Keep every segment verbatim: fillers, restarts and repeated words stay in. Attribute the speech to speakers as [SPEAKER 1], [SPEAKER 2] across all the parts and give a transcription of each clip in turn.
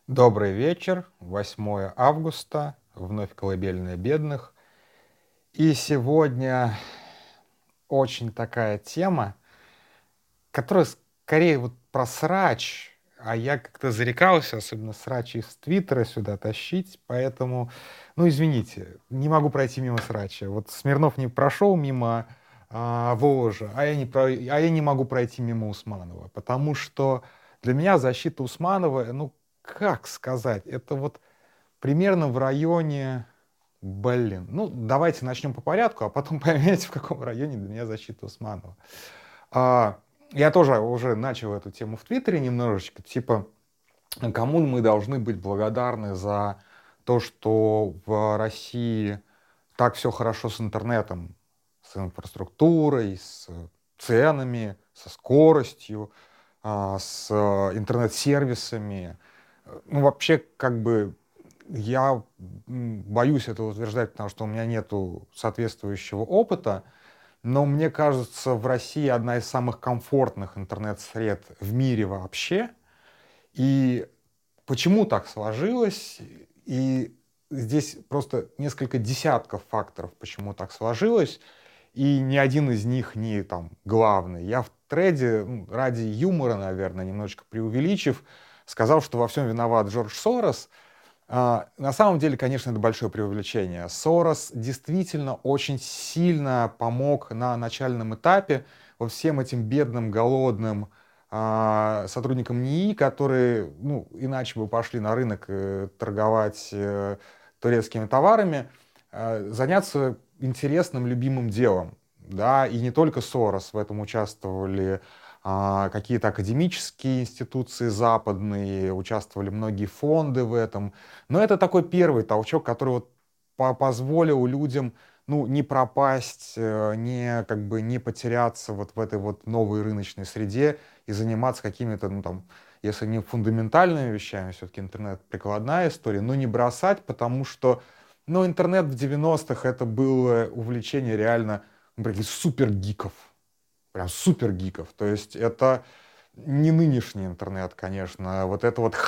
[SPEAKER 1] Добрый вечер, восьмое августа, вновь колыбельная бедных. И сегодня очень такая тема, которая скорее вот про срач, а я как-то зарекался, особенно срач из Твиттера сюда тащить, поэтому, ну, извините, не могу пройти мимо срача. Вот Смирнов не прошел мимо а, Воложа, а я, не про... а я не могу пройти мимо Усманова, потому что для меня защита Усманова, ну, как сказать, это вот примерно в районе... Блин, ну давайте начнем по порядку, а потом поймете, в каком районе для меня защита Усманова. А, я тоже уже начал эту тему в Твиттере немножечко, типа, кому мы должны быть благодарны за то, что в России так все хорошо с интернетом, с инфраструктурой, с ценами, со скоростью, а, с интернет-сервисами. Э, Ну, вообще, как бы, я м, боюсь это утверждать, потому что у меня нету соответствующего опыта, но мне кажется, в России одна из самых комфортных интернет-сред в мире вообще. И почему так сложилось? И здесь просто несколько десятков факторов, почему так сложилось, и ни один из них не там главный. Я в треде, ну, ради юмора, наверное, немножечко преувеличив, сказал, что во всем виноват Джордж Сорос. А, на самом деле, конечно, это большое преувеличение. Сорос действительно очень сильно помог на начальном этапе вот всем этим бедным, голодным а, сотрудникам НИИ, которые, ну, иначе бы пошли на рынок э, торговать э, турецкими товарами, э, заняться интересным, любимым делом. Да, и не только Сорос, в этом участвовали а, какие-то академические институции западные, участвовали многие фонды в этом. Но это такой первый толчок, который вот по- позволил людям, ну, не пропасть, э, не, как бы, не потеряться вот в этой вот новой рыночной среде и заниматься какими-то, ну, там, если не фундаментальными вещами, все-таки интернет прикладная история, но не бросать, потому что, ну, интернет в девяностых это было увлечение реально, например, супер-гиков, прям супер-гиков. То есть это не нынешний интернет, конечно, а вот это вот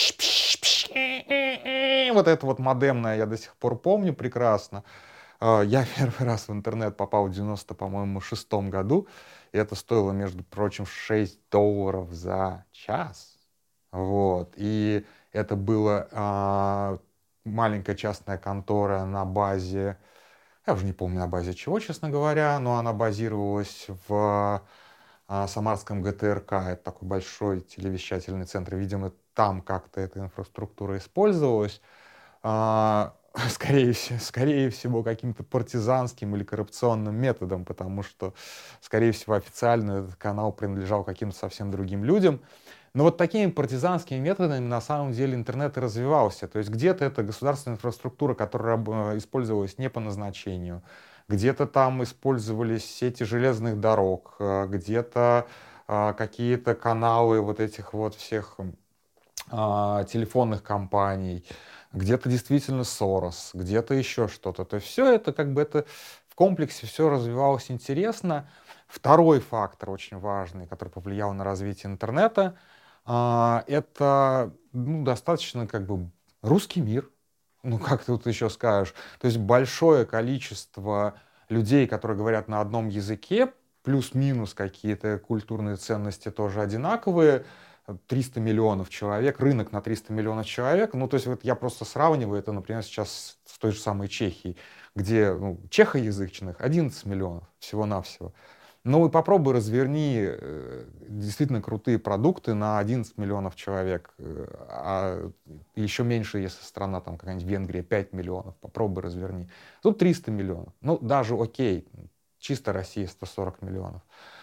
[SPEAKER 1] вот это вот модемное я до сих пор помню прекрасно. А, Я первый раз в интернет попал в девяносто, по-моему, шестом году, и это стоило, между прочим, шесть долларов за час. Вот. И это была а, маленькая частная контора на базе, я уже не помню на базе чего, честно говоря, но она базировалась в а, Самарском ГТРК. Это такой большой телевещательный центр. Видимо, там как-то эта инфраструктура использовалась. А, скорее, всего- скорее всего, каким-то партизанским или коррупционным методом, потому что, скорее всего, официально этот канал принадлежал каким-то совсем другим людям. Но вот такими партизанскими методами на самом деле интернет и развивался. То есть где-то это государственная инфраструктура, которая э, использовалась не по назначению, где-то там использовались сети железных дорог, э, где-то а, какие-то каналы вот этих вот всех а, телефонных компаний, где-то действительно Сорос, где-то еще что-то. То есть все это как бы это в комплексе все развивалось интересно. Второй фактор очень важный, который повлиял на развитие интернета, а, это, ну, достаточно как бы русский мир. Ну, как тут еще скажешь? То есть большое количество людей, которые говорят на одном языке, плюс-минус какие-то культурные ценности тоже одинаковые, триста миллионов человек, рынок на триста миллионов человек. Ну, то есть вот я просто сравниваю это, например, сейчас с той же самой Чехией, где, ну, чехоязычных одиннадцать миллионов всего-навсего. Ну и попробуй разверни э, действительно крутые продукты на одиннадцать миллионов человек, э, а еще меньше, если страна там какая-нибудь Венгрия, пять миллионов, попробуй разверни. Тут триста миллионов. Ну, даже окей, чисто Россия сто сорок миллионов.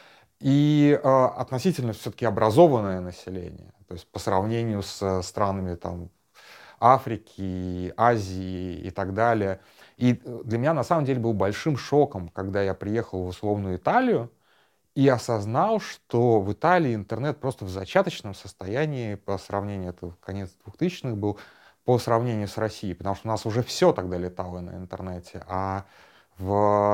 [SPEAKER 1] И э, относительно все-таки образованное население, то есть по сравнению с э, странами там Африки, Азии и так далее. И э, для меня на самом деле был большим шоком, когда я приехал в условную Италию и осознал, что в Италии интернет просто в зачаточном состоянии по сравнению, это конец двухтысячных был, по сравнению с Россией, потому что у нас уже все тогда летало на интернете, а в,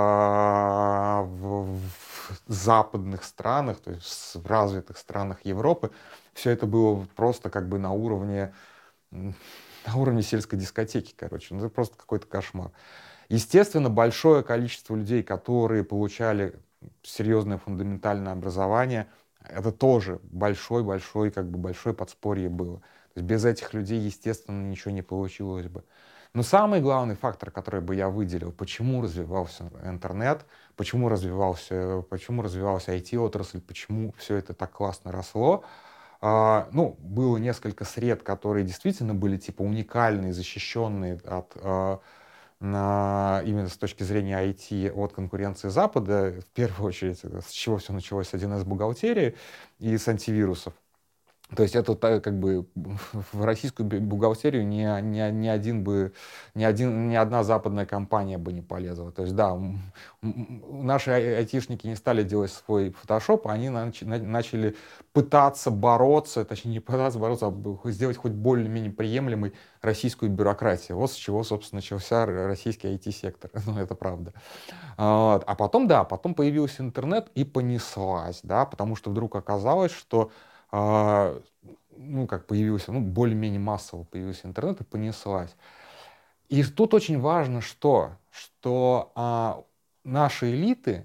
[SPEAKER 1] в, в западных странах, то есть в развитых странах Европы, все это было просто как бы на уровне, м, на уровне сельской дискотеки, короче. Ну, это просто какой-то кошмар. Естественно, большое количество людей, которые получали серьезное фундаментальное образование, это тоже большой-большой, как бы большое подспорье было. То есть без этих людей, естественно, ничего не получилось бы. Но самый главный фактор, который бы я выделил, почему развивался интернет, почему развивался, почему развивалась ай ти-отрасль, почему все это так классно росло, а, ну, было несколько сред, которые действительно были типа уникальные, защищенные от, а, на, именно с точки зрения ай ти от конкуренции Запада. В первую очередь, э, с чего все началось, с один эс бухгалтерии и с антивирусов. То есть это так, как бы в российскую бу- бухгалтерию ни, ни, ни один бы, ни, один, ни одна западная компания бы не полезла. То есть да, м, м, наши ай- айтишники не стали делать свой фотошоп, они нач- на- начали пытаться бороться, точнее не пытаться бороться, а б- сделать хоть более-менее приемлемой российскую бюрократию. Вот с чего, собственно, начался р- российский ай ти-сектор. Ну, это правда. А вот. А потом, да, потом появился интернет и понеслась, да, потому что вдруг оказалось, что а, ну, как появился, ну, более-менее массово появился интернет и понеслась. И тут очень важно что? Что а, наши элиты,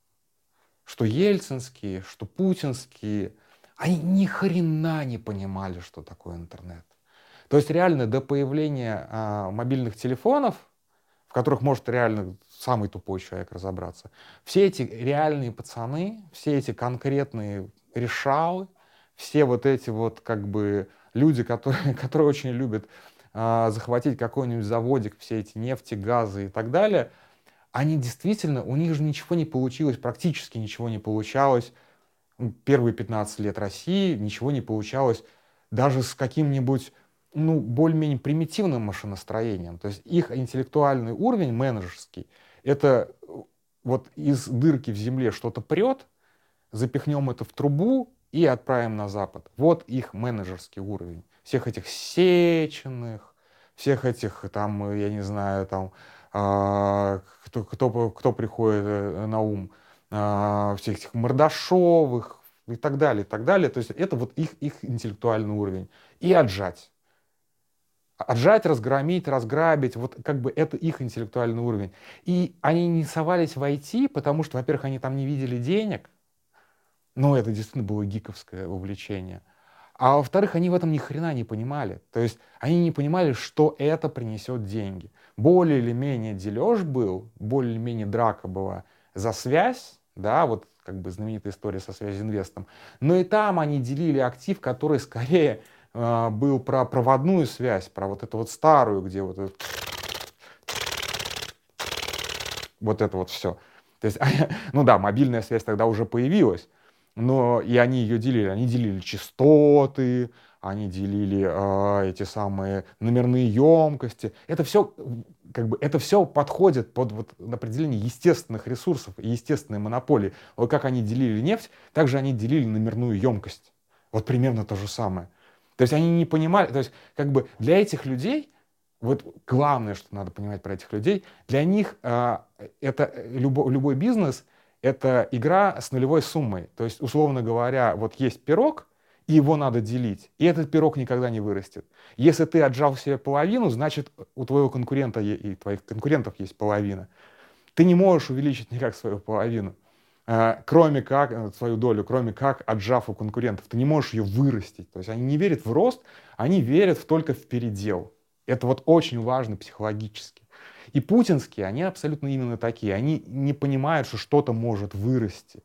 [SPEAKER 1] что ельцинские, что путинские, они ни хрена не понимали, что такое интернет. То есть реально до появления а, мобильных телефонов, в которых может реально самый тупой человек разобраться, все эти реальные пацаны, все эти конкретные решалы, все вот эти вот как бы люди, которые, которые очень любят а, захватить какой-нибудь заводик, все эти нефти, газы и так далее, они действительно, у них же ничего не получилось, практически ничего не получалось. Ну, первые пятнадцать лет России ничего не получалось даже с каким-нибудь, ну, более-менее примитивным машиностроением. То есть их интеллектуальный уровень менеджерский — это э, вот из дырки в земле что-то прет, запихнем это в трубу и отправим на Запад. Вот их менеджерский уровень. Всех этих Сеченых, всех этих, там, я не знаю, там, а, кто, кто, кто приходит э, на ум, а, всех этих Мордашовых и так далее, и так далее. То есть это вот их, их интеллектуальный уровень. И отжать. Отжать, разгромить, разграбить, вот как бы это их интеллектуальный уровень. И они не совались в ай ти, потому что, во-первых, они там не видели денег, но это действительно было гиковское увлечение. А во-вторых, они в этом ни хрена не понимали. То есть они не понимали, что это принесет деньги. Более или менее дележ был, более или менее драка была за связь, да, вот как бы знаменитая история со связинвестом. Но и там они делили актив, который скорее э, был про проводную связь, про вот эту вот старую, где вот это, вот это вот все. То есть, ну да, мобильная связь тогда уже появилась, но и они ее делили. Они делили частоты, они делили э, эти самые номерные емкости. Это все, как бы, это все подходит под вот определение естественных ресурсов и естественной монополии. Вот как они делили нефть, так же они делили номерную емкость. Вот примерно то же самое. То есть они не понимали, то есть как бы для этих людей вот главное, что надо понимать про этих людей, для них а, это любой, любой бизнес — это игра с нулевой суммой. То есть, условно говоря, вот есть пирог, и его надо делить, и этот пирог никогда не вырастет. Если ты отжал себе половину, значит, у твоего конкурента и твоих конкурентов есть половина. Ты не можешь увеличить никак свою половину, а, кроме как, э, свою долю, кроме как отжав у конкурентов. Ты не можешь ее вырастить. То есть они не верят в рост, они верят в только в передел. Это вот очень важно психологически. И путинские, они абсолютно именно такие. Они не понимают, что что-то может вырасти.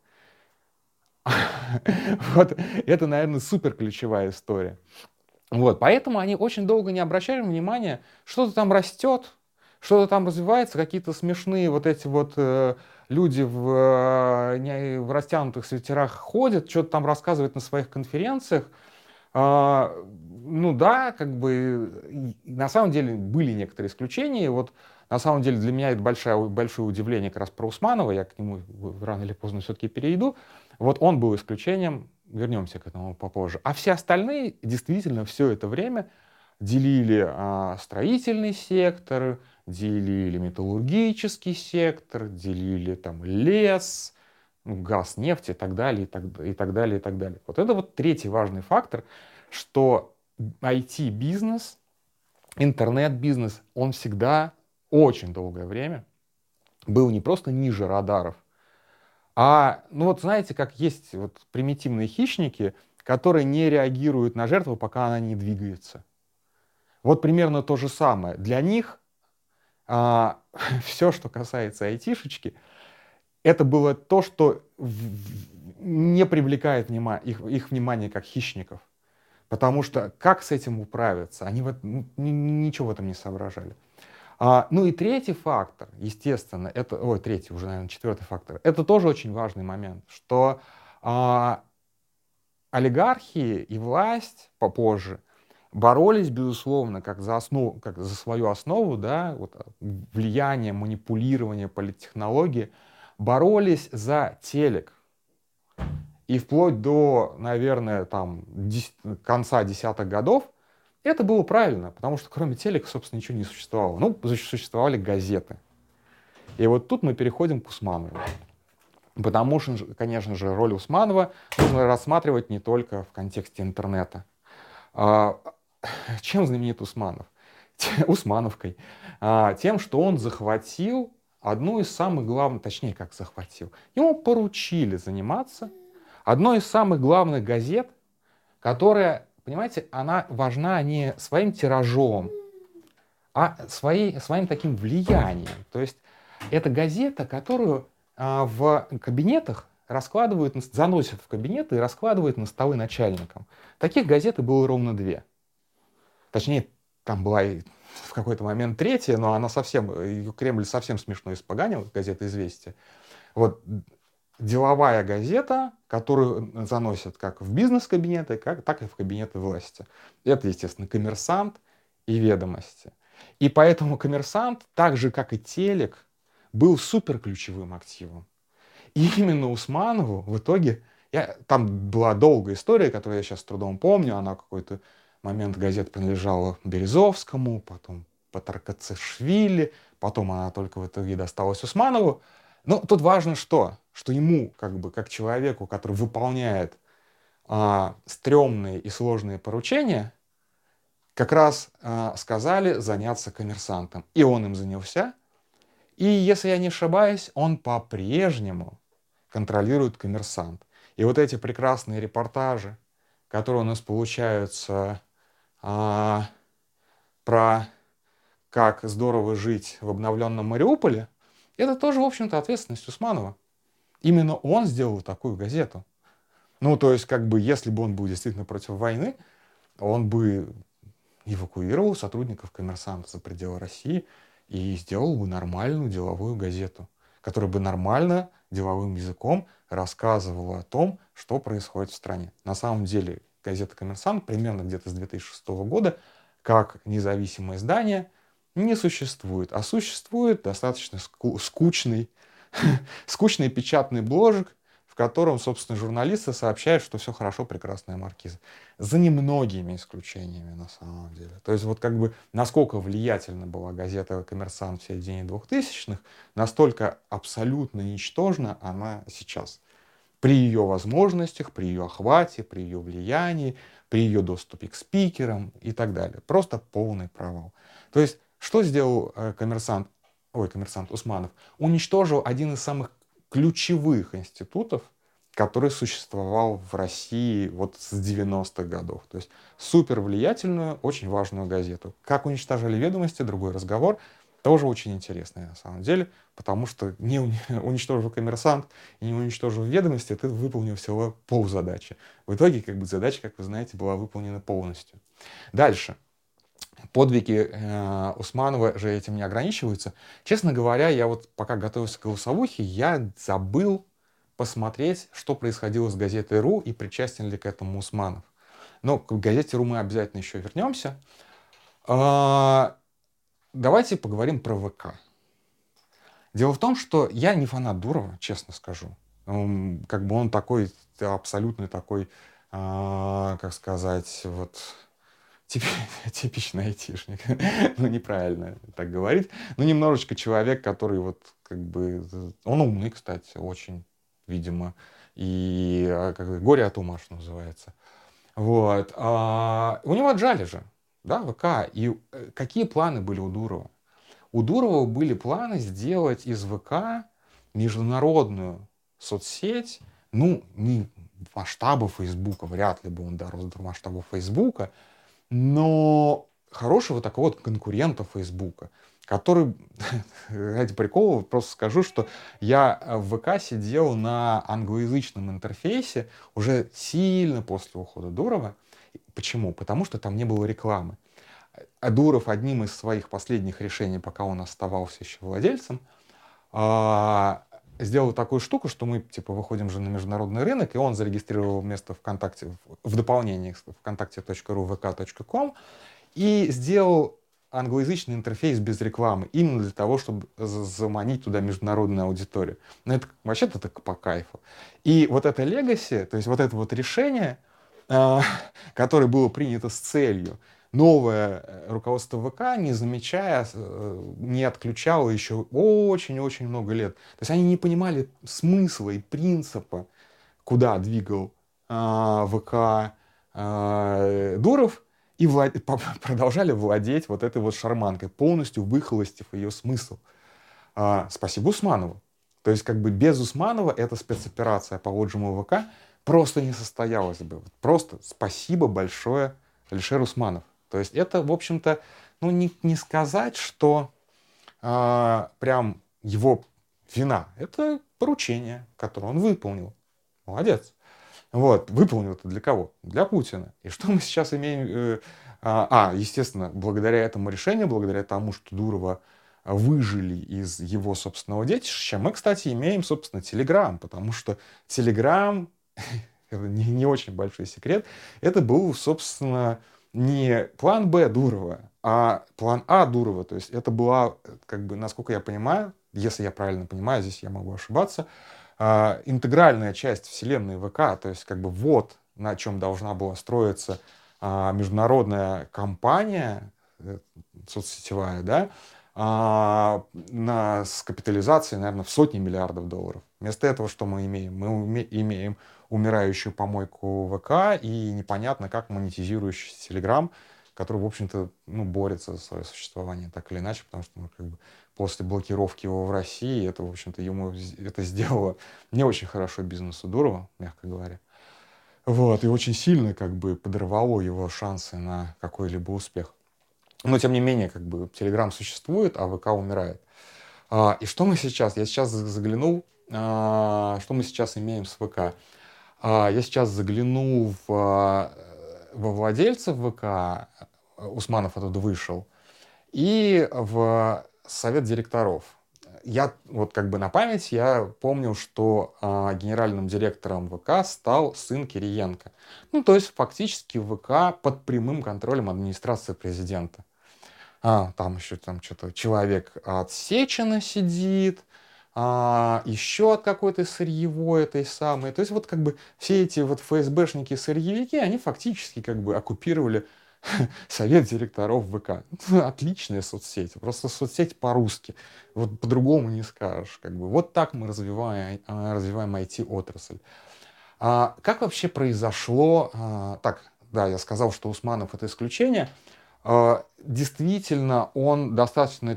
[SPEAKER 1] Вот это, наверное, супер ключевая история. Вот, поэтому они очень долго не обращали внимания, что-то там растет, что-то там развивается, какие-то смешные вот эти вот э, люди в, э, не- в растянутых свитерах ходят, что-то там рассказывают на своих конференциях. А, ну да, как бы и на самом деле были некоторые исключения. Вот на самом деле для меня это большое, большое удивление как раз про Усманова, я к нему рано или поздно все-таки перейду. Вот он был исключением, вернемся к этому попозже. А все остальные действительно все это время делили а, строительный сектор, делили металлургический сектор, делили там лес, ну, газ, нефть и так далее, и так, и так далее, и так далее. Вот это вот третий важный фактор, что ай ти-бизнес интернет-бизнес, он всегда очень долгое время был не просто ниже радаров, а, ну вот знаете, как есть вот примитивные хищники, которые не реагируют на жертву, пока она не двигается. Вот примерно то же самое. Для них а, все, что касается айтишечки, это было то, что не привлекает внима- их, их внимание как хищников. Потому что как с этим управиться? Они вот, ну, ни- ничего в этом не соображали. А, ну и третий фактор, естественно, это, ой, третий уже, наверное, четвертый фактор, это тоже очень важный момент, что а, олигархии и власть попозже боролись, безусловно, как за, основу, как за свою основу, да, вот, влияние, манипулирование, политтехнологии, боролись за телек. И вплоть до, наверное, там, дес... конца десятых годов это было правильно, потому что кроме телека, собственно, ничего не существовало. Ну, существовали газеты. И вот тут мы переходим к Усманову. Потому что, конечно же, роль Усманова нужно рассматривать не только в контексте интернета. А, чем знаменит Усманов? Усмановкой. А, тем, что он захватил одну из самых главных, точнее, как захватил, ему поручили заниматься одной из самых главных газет, которая, понимаете, она важна не своим тиражом, а своей, своим таким влиянием. То есть это газета, которую а, в кабинетах раскладывают, заносят в кабинеты и раскладывают на столы начальникам. Таких газет и было ровно две. Точнее, там была и в какой-то момент третья, но она совсем, ее Кремль совсем смешно испоганил, газета «Известия». Вот деловая газета, которую заносят как в бизнес-кабинеты, как, так и в кабинеты власти. Это, естественно, «Коммерсант» и «Ведомости». И поэтому «Коммерсант», так же, как и телек, был суперключевым активом. И именно Усманову в итоге... Я, там была долгая история, которую я сейчас с трудом помню. Она в какой-то момент газета принадлежала Березовскому, потом Патаркацишвили, потом она только в итоге досталась Усманову. Но тут важно что? Что ему, как бы, как человеку, который выполняет а, стрёмные и сложные поручения, как раз а, сказали заняться «Коммерсантом». И он им занялся. И, если я не ошибаюсь, он по-прежнему контролирует «Коммерсант». И вот эти прекрасные репортажи, которые у нас получаются а, про как здорово жить в обновленном Мариуполе, это тоже, в общем-то, ответственность Усманова. Именно он сделал такую газету. Ну, то есть, как бы, если бы он был действительно против войны, он бы эвакуировал сотрудников «Коммерсанта» за пределы России и сделал бы нормальную деловую газету, которая бы нормально деловым языком рассказывала о том, что происходит в стране. На самом деле газета «Коммерсант» примерно где-то с две тысячи шестого года как независимое издание не существует, а существует достаточно ску- скучный, скучный печатный бложек, в котором, собственно, журналисты сообщают, что все хорошо, прекрасная маркиза. За немногими исключениями, на самом деле. То есть вот как бы насколько влиятельна была газета «Коммерсант» в середине двухтысячных, настолько абсолютно ничтожна она сейчас. При ее возможностях, при ее охвате, при ее влиянии, при ее доступе к спикерам и так далее. Просто полный провал. То есть что сделал э, коммерсант, ой, коммерсант Усманов? Уничтожил один из самых ключевых институтов, который существовал в России вот с девяностых годов. То есть супер влиятельную, очень важную газету. Как уничтожали «Ведомости» — другой разговор. Тоже очень интересный на самом деле, потому что не уничтожив «Коммерсант» и не уничтожив «Ведомости», ты выполнил всего ползадачи. В итоге, как бы, задача, как вы знаете, была выполнена полностью. Дальше. Подвиги э, Усманова же этим не ограничиваются. Честно говоря, я вот пока готовился к голосовухе, я забыл посмотреть, что происходило с газетой «РУ» и причастен ли к этому Усманов. Но к газете «РУ» мы обязательно еще вернемся. А, давайте поговорим про ВК. Дело в том, что я не фанат Дурова, честно скажу. Он, как бы он такой, абсолютно такой, а, как сказать, вот тип, типичный айтишник. Ну, неправильно так говорить. Ну, немножечко человек, который вот как бы... Он умный, кстати, очень, видимо. И как, горе от ума, что называется. Вот. А у него отжали же. Да, ВК. И э, какие планы были у Дурова? У Дурова были планы сделать из ВК международную соцсеть, ну, не масштаба Фейсбука, вряд ли бы он дорос до масштаба Фейсбука, но хорошего такого вот конкурента Фейсбука, который, ради прикола, просто скажу, что я в ВК сидел на англоязычном интерфейсе уже сильно после ухода Дурова. Почему? Потому что там не было рекламы. А Дуров одним из своих последних решений, пока он оставался еще владельцем, а, сделал такую штуку, что мы типа выходим же на международный рынок, и он зарегистрировал место ВКонтакте в, в дополнение к вконтакте точка ру, вэ ка точка ком, и сделал англоязычный интерфейс без рекламы, именно для того, чтобы заманить туда международную аудиторию. Но это вообще-то так по кайфу. И вот это легаси, то есть вот это вот решение, а, которое было принято с целью, новое руководство ВК, не замечая, не отключало еще очень-очень много лет. То есть они не понимали смысла и принципа, куда двигал а, ВК а, Дуров, и влад... продолжали владеть вот этой вот шарманкой, полностью выхолостив ее смысл. А, спасибо Усманову. То есть как бы без Усманова эта спецоперация по отжиму ВК просто не состоялась бы. Просто спасибо большое Алишер Усманов. То есть это, в общем-то, ну не, не сказать, что а, прям его вина. Это поручение, которое он выполнил. Молодец. Вот, выполнил это для кого? Для Путина. И что мы сейчас имеем? Э, а, а, естественно, благодаря этому решению, благодаря тому, что Дурова выжили из его собственного детища, мы, кстати, имеем, собственно, Телеграм, потому что Телеграм, это не, не очень большой секрет, это был, собственно, не план Б Дурова, а план А Дурова. То есть это была, как бы, насколько я понимаю, если я правильно понимаю, здесь я могу ошибаться, Uh, интегральная часть вселенной ВК, то есть как бы вот на чем должна была строиться uh, международная компания э, соцсетевая, да, uh, на, с капитализацией, наверное, в сотни миллиардов долларов. Вместо этого что мы имеем? Мы уме- имеем умирающую помойку ВК и непонятно как монетизирующий Телеграм, который, в общем-то, ну, борется за свое существование так или иначе, потому что, ну, как бы после блокировки его в России, это, в общем-то, ему это сделало не очень хорошо бизнесу Дурова, мягко говоря. Вот, и очень сильно, как бы, подорвало его шансы на какой-либо успех. Но, тем не менее, как бы, Телеграм существует, а ВК умирает. А, и что мы сейчас? Я сейчас заглянул, а, что мы сейчас имеем с ВК. А, я сейчас заглянул в, во владельцев ВК, Усманов оттуда вышел, и в совет директоров. Я вот как бы на память я помнил, что а, генеральным директором ВК стал сын Кириенко. Ну, то есть фактически ВК под прямым контролем администрации президента. А, там еще там что-то человек от Сечина сидит, а, еще от какой-то сырьевой этой самой. То есть вот как бы все эти вот ФСБшники-сырьевики, они фактически как бы оккупировали совет директоров ВК. Отличная соцсеть. Просто соцсеть по-русски. Вот по-другому не скажешь. Как бы. Вот так мы развиваем, развиваем ай ти-отрасль. А как вообще произошло... А, так, да, я сказал, что Усманов это исключение. А, действительно, он достаточно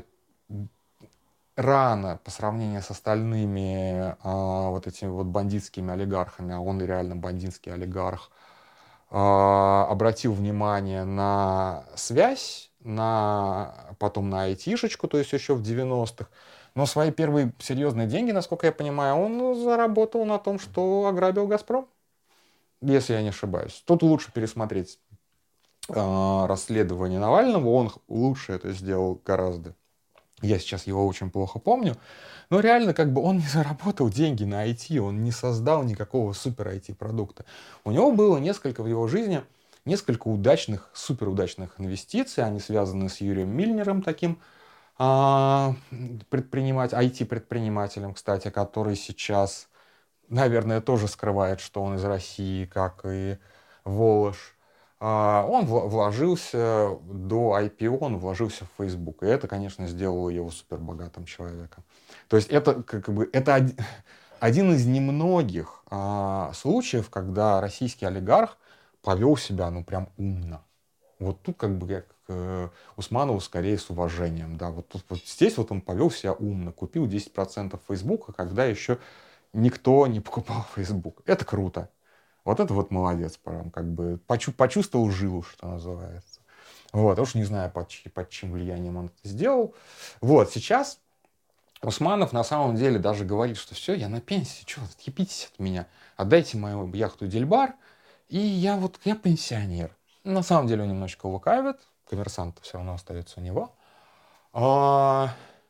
[SPEAKER 1] рано по сравнению с остальными а, вот этими вот бандитскими олигархами, а он реально бандитский олигарх, обратил внимание на связь, на, потом на айтишечку, то есть еще в девяностых. Но свои первые серьезные деньги, насколько я понимаю, он заработал на том, что ограбил «Газпром», если я не ошибаюсь. Тут лучше пересмотреть э, расследование Навального, он лучше это сделал гораздо. Я сейчас его очень плохо помню. Но реально, как бы он не заработал деньги на ай ти, он не создал никакого супер ай ти-продукта. У него было несколько в его жизни, несколько удачных, суперудачных инвестиций. Они связаны с Юрием Мильнером, таким а, предпринимателем, ай ти-предпринимателем, кстати, который сейчас, наверное, тоже скрывает, что он из России, как и Волош. Он вложился до ай пи о, он вложился в Facebook. И это, конечно, сделало его супербогатым человеком. То есть это, как бы, это один из немногих а, случаев, когда российский олигарх повел себя, ну, прям умно. Вот тут как бы я к э, Усманову скорее с уважением, да. Вот тут вот здесь вот он повел себя умно, купил десять процентов Фейсбука, когда еще никто не покупал Facebook. Это круто. Вот это вот молодец, прям как бы почу- почувствовал жилу, что называется. Вот, уж не знаю, под, чьи- под чьим влиянием он это сделал. Вот, сейчас Усманов на самом деле даже говорит, что все, я на пенсии, что, отъебитесь от меня, отдайте мою яхту Дельбар, и я вот, я пенсионер. На самом деле он немножечко лукавит, коммерсант все равно остается у него. А,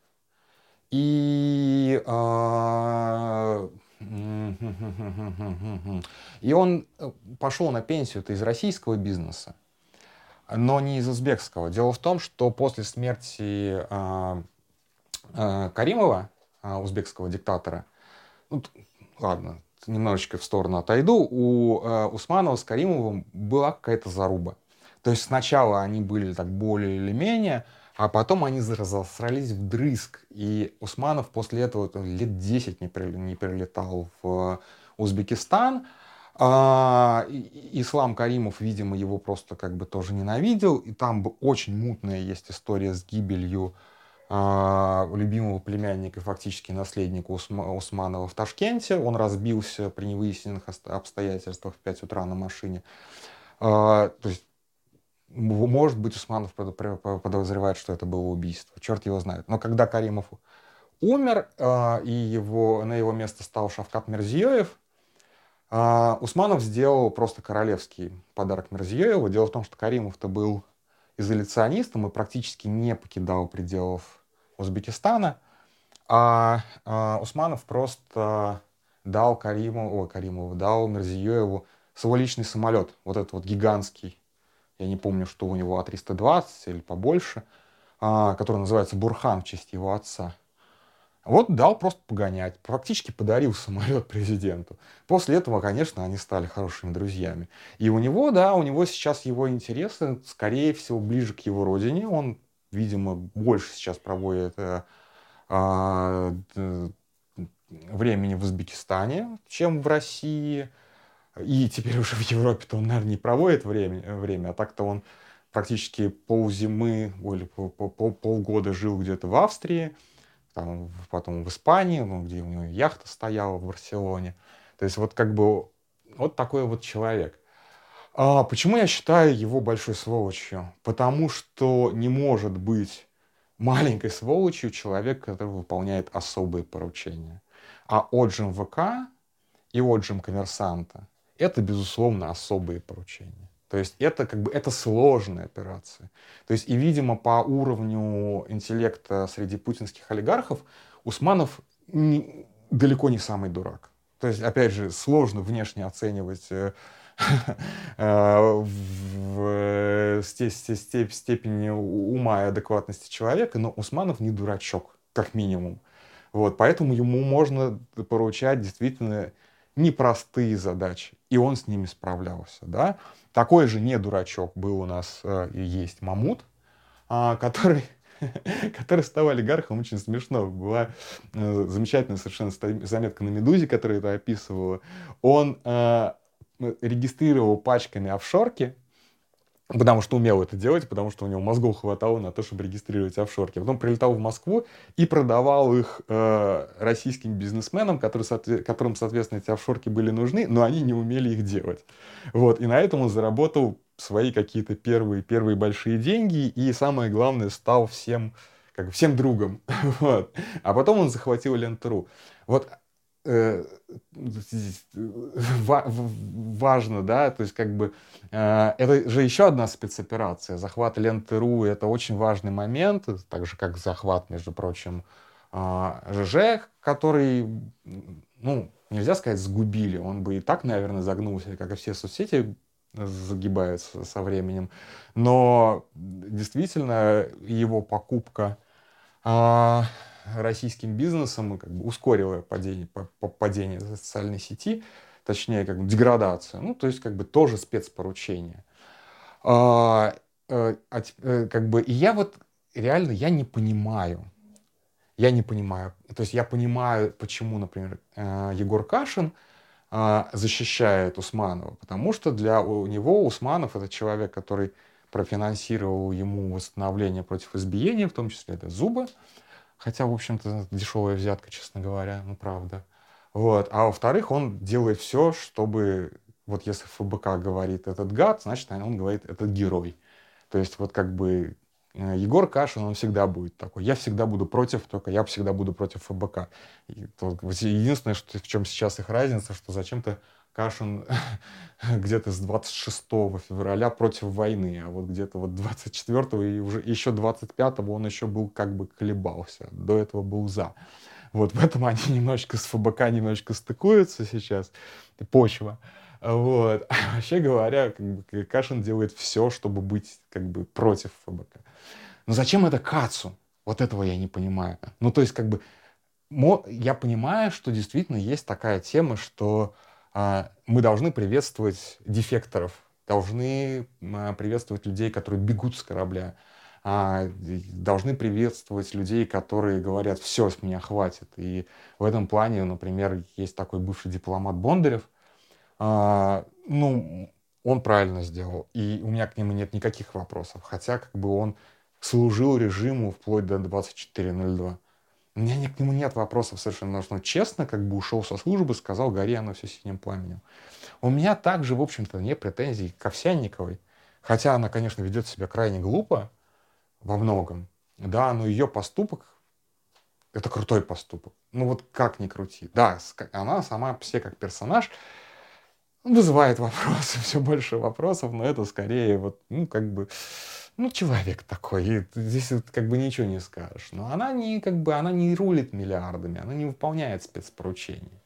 [SPEAKER 1] и, а, и он пошел на пенсию-то из российского бизнеса, но не из узбекского. Дело в том, что после смерти а, а, Каримова, а, узбекского диктатора, ну, ладно, немножечко в сторону отойду, у э, Усманова с Каримовым была какая-то заруба. То есть сначала они были так более или менее, а потом они разосрались вдрызг. И Усманов после этого лет десять не, при, не прилетал в Узбекистан. А, и, Ислам Каримов, видимо, его просто как бы тоже ненавидел. И там очень мутная есть история с гибелью а, любимого племянника, фактически наследника Усма- Усманова в Ташкенте. Он разбился при невыясненных обстоятельствах в пять утра на машине. А, то есть, может быть, Усманов подозревает, что это было убийство. Черт его знает. Но когда Каримов умер, а, и его, на его место стал Шавкат Мирзиёев, а, Усманов сделал просто королевский подарок Мирзиёеву. Дело в том, что Каримов-то был изоляционистом и практически не покидал пределов Узбекистана. А, а Усманов просто дал Каримову, ой, Каримову, дал Мирзиёеву свой личный самолет. Вот этот вот гигантский. Я не помню, что у него А триста двадцать или побольше, а, который называется Бурхан в честь его отца. Вот дал просто погонять. Фактически подарил самолет президенту. После этого, конечно, они стали хорошими друзьями. И у него, да, у него сейчас его интересы, скорее всего, ближе к его родине. Он, видимо, больше сейчас проводит э, а, времени в Узбекистане, чем в России. И теперь уже в Европе-то он, наверное, не проводит время, время а так-то он практически ползимы или пол, пол, пол, полгода жил где-то в Австрии, там, потом в Испании, ну, где у него яхта стояла в Барселоне. То есть вот как бы вот такой вот человек. А почему я считаю его большой сволочью? Потому что не может быть маленькой сволочью человек, который выполняет особые поручения. А отжим ВК и отжим коммерсанта — это, безусловно, особые поручения. То есть это как бы это сложная операция. То есть и, видимо, по уровню интеллекта среди путинских олигархов Усманов не, далеко не самый дурак. То есть, опять же, сложно внешне оценивать э, в степени ума и адекватности человека, но Усманов не дурачок, как минимум. Вот, поэтому ему можно поручать действительно непростые задачи, и он с ними справлялся. Да? Такой же не дурачок был у нас э, и есть Мамут, а, который, который стал олигархом. Очень смешно. Была э, замечательная совершенно заметка на «Медузе», которая это описывала. Он э, регистрировал пачками офшорки, потому что умел это делать, потому что у него мозгов хватало на то, чтобы регистрировать офшорки. Потом прилетал в Москву и продавал их э, российским бизнесменам, которые, соотве- которым, соответственно, эти офшорки были нужны, но они не умели их делать. Вот. И на этом он заработал свои какие-то первые, первые большие деньги, и самое главное, стал всем, как бы всем другом. Вот. А потом он захватил Ленты.ру. Вот э, ва- важно, да, то есть как бы э, это же еще одна спецоперация. Захват Ленты.ру — это очень важный момент, так же как захват, между прочим, э, ЖЖ, который, ну, нельзя сказать, сгубили. Он бы и так, наверное, загнулся, как и все соцсети загибаются со временем. Но действительно его покупка а, российским бизнесом как бы ускорила падение, падение социальной сети, точнее, как бы деградацию. Ну, то есть, как бы тоже спецпоручение. А, э, а, э, как бы, и я вот реально, я не понимаю, я не понимаю. То есть я понимаю, почему, например, э, Егор Кашин э, защищает Усманова, потому что для у него Усманов — это человек, который профинансировал ему восстановление против избиения, в том числе это зубы. Хотя, в общем-то, дешевая взятка, честно говоря, ну правда. Вот. А во-вторых, он делает все, чтобы, вот если ФБК говорит этот гад, значит, он говорит этот герой. То есть вот как бы э, Егор Кашин, он всегда будет такой. Я всегда буду против, только я всегда буду против ФБК. И то, вот единственное, что, в чем сейчас их разница, что зачем-то Кашин где-то с двадцать шестого февраля против войны, а вот где-то вот двадцать четвёртого и уже еще двадцать пятого он еще был как бы колебался. До этого был за. Вот в этом они немножечко с ФБК немножечко стыкуются сейчас. Почва. Вот. А вообще говоря, как бы, Кашин делает все, чтобы быть как бы против ФБК. Но зачем это Кацу? Вот этого я не понимаю. Ну, то есть, как бы, я понимаю, что действительно есть такая тема, что а, мы должны приветствовать дефекторов, должны а, приветствовать людей, которые бегут с корабля, а, должны приветствовать людей, которые говорят, все, с меня хватит. И в этом плане, например, есть такой бывший дипломат Бондарев, а, ну, он правильно сделал, и у меня к нему нет никаких вопросов, хотя как бы он служил режиму вплоть до двадцать четыре ноль два. У меня не, к нему нет вопросов совершенно, но честно, как бы ушел со службы, сказал, гори оно все синим пламенем. У меня также, в общем-то, нет претензий к Овсянниковой, хотя она, конечно, ведет себя крайне глупо во многом, да, но ее поступок — это крутой поступок. Ну вот как ни крути. Да, она сама по себе как персонаж вызывает вопросы, все больше вопросов, но это скорее вот, ну, как бы, ну, человек такой, и здесь вот как бы ничего не скажешь. Но она не, как бы, она не рулит миллиардами, она не выполняет спецпоручений.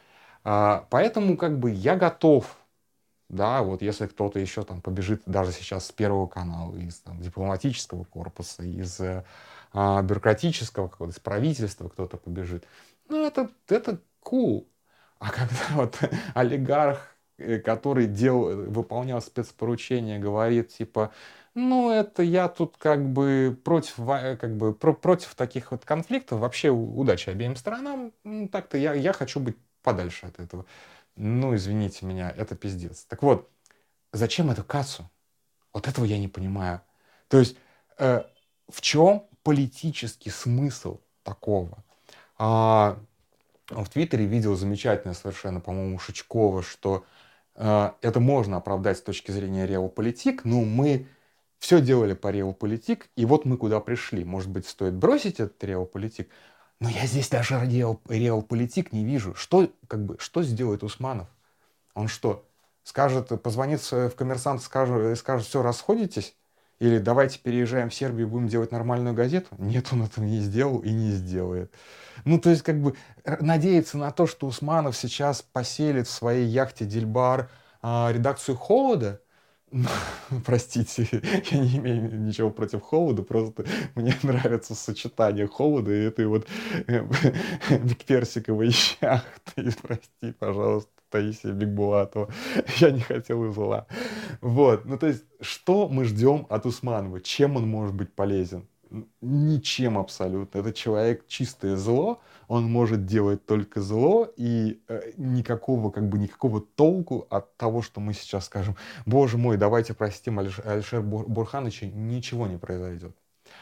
[SPEAKER 1] А, поэтому, как бы, я готов, да, вот если кто-то еще там побежит даже сейчас с Первого канала, из там, дипломатического корпуса, из а, бюрократического, какого-то, из правительства кто-то побежит, ну, это, это cool. А когда вот олигарх, который делал, выполнял спецпоручения, говорит, типа, ну, это я тут как бы против, как бы, про, против таких вот конфликтов, вообще удачи обеим сторонам, ну, так-то я, я хочу быть подальше от этого. Ну, извините меня, это пиздец. Так вот, зачем это Кацу? Вот этого я не понимаю. То есть, э, в чем политический смысл такого? А, в Твиттере видел замечательно совершенно, по-моему, Шучкова, что э, это можно оправдать с точки зрения реалполитик, но мы все делали по реалполитик, и вот мы куда пришли. Может быть, стоит бросить этот реалполитик? Но я здесь даже реал, реалполитик не вижу. Что, как бы, что сделает Усманов? Он что, скажет, позвонит в «Коммерсант», скажет, скажет, все, расходитесь? Или давайте переезжаем в Сербию и будем делать нормальную газету? Нет, он этого не сделал и не сделает. Ну, то есть, как бы, надеяться на то, что Усманов сейчас поселит в своей яхте «Дильбар» а, редакцию «Холода», простите, я не имею ничего против холода, просто мне нравится сочетание холода и этой вот бигперсиковой яхты. Прости, пожалуйста, Таисия Бигбулатова. Я не хотел и зла. Вот, ну то есть, что мы ждем от Усманова? Чем он может быть полезен? Ничем абсолютно. Это человек чистое зло, он может делать только зло, и э, никакого, как бы, никакого толку от того, что мы сейчас скажем, боже мой, давайте простим Алиш... Алишера Бурхановича, ничего не произойдет.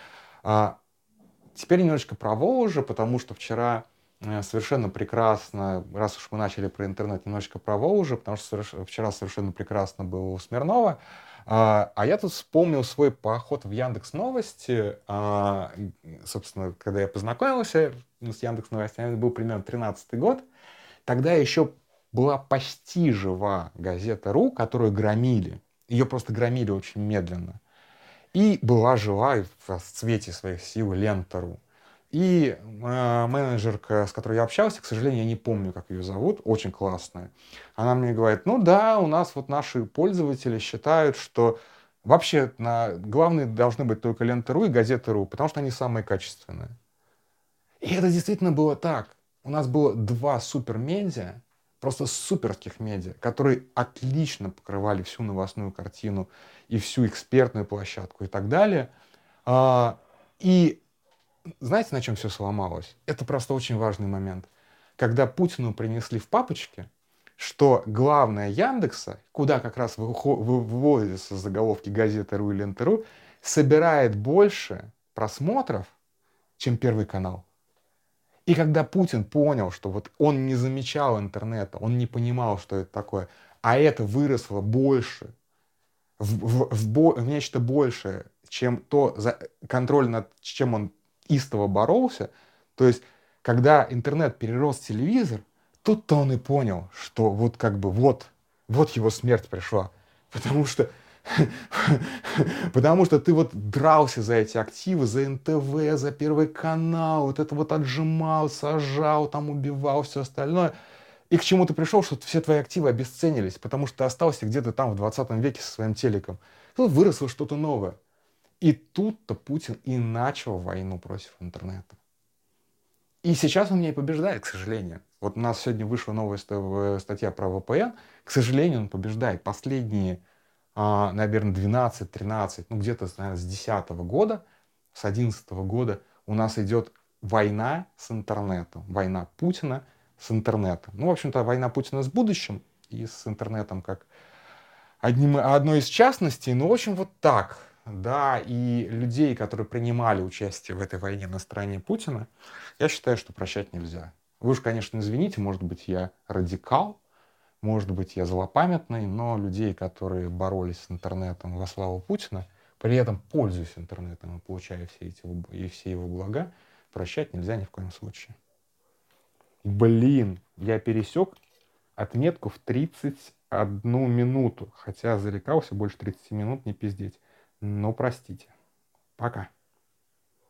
[SPEAKER 1] А, теперь немножечко про Воложа, потому что вчера э, совершенно прекрасно, раз уж мы начали про интернет, немножечко про Воложа, потому что соверш... вчера совершенно прекрасно было у Смирнова. А, а я тут вспомнил свой поход в Яндекс.Новости. А, собственно, когда я познакомился с Яндекс.Новостями, это был примерно тринадцатый год. Тогда еще была почти жива газета «Ру», которую громили. Ее просто громили очень медленно. И была жива в цвете своих сил «Лента.ру». И э, менеджерка, с которой я общался, к сожалению, я не помню, как ее зовут, очень классная. Она мне говорит, ну да, у нас вот наши пользователи считают, что вообще на... главные должны быть только «Лента.ру» и «Газета.ру», потому что они самые качественные. И это действительно было так. У нас было два супермедиа, просто суперских медиа, которые отлично покрывали всю новостную картину и всю экспертную площадку и так далее. А, и знаете, на чем все сломалось? Это просто очень важный момент. Когда Путину принесли в папочке что главное Яндекса, куда как раз выво- вы- выводятся заголовки газеты.ру и ленты.ру, собирает больше просмотров, чем Первый канал. И когда Путин понял, что вот он не замечал интернета, он не понимал, что это такое, а это выросло больше, в, в- в бо- в нечто большее, чем то за, контроль над чем он истово боролся, то есть когда интернет перерос в телевизор, тут-то он и понял, что вот как бы вот, вот его смерть пришла. Потому что Потому что ты вот дрался за эти активы, за эн тэ вэ, за Первый канал, вот это вот отжимал, сажал, там убивал, все остальное. И к чему ты пришел, что все твои активы обесценились, потому что ты остался где-то там в двадцатом веке со своим телеком. Тут выросло что-то новое. И тут-то Путин и начал войну против интернета. И сейчас он не побеждает, к сожалению. Вот у нас сегодня вышла новая статья про вэ пэ эн. К сожалению, он побеждает. Последние, а, наверное, двенадцать-тринадцать, ну где-то, наверное, с десятого года, с одиннадцатого года у нас идет война с интернетом. Война Путина с интернетом. Ну, в общем-то, война Путина с будущим и с интернетом как одним, одной из частностей. Ну, в общем, вот так. Да, и людей, которые принимали участие в этой войне на стороне Путина, я считаю, что прощать нельзя. Вы уж, конечно, извините, может быть, я радикал, может быть, я злопамятный, но людей, которые боролись с интернетом во славу Путина, при этом пользуясь интернетом и получая все, эти, и все его блага, прощать нельзя ни в коем случае. Блин, я пересек отметку в тридцать одну минуту, хотя зарекался больше тридцати минут не пиздеть. Но простите. Пока.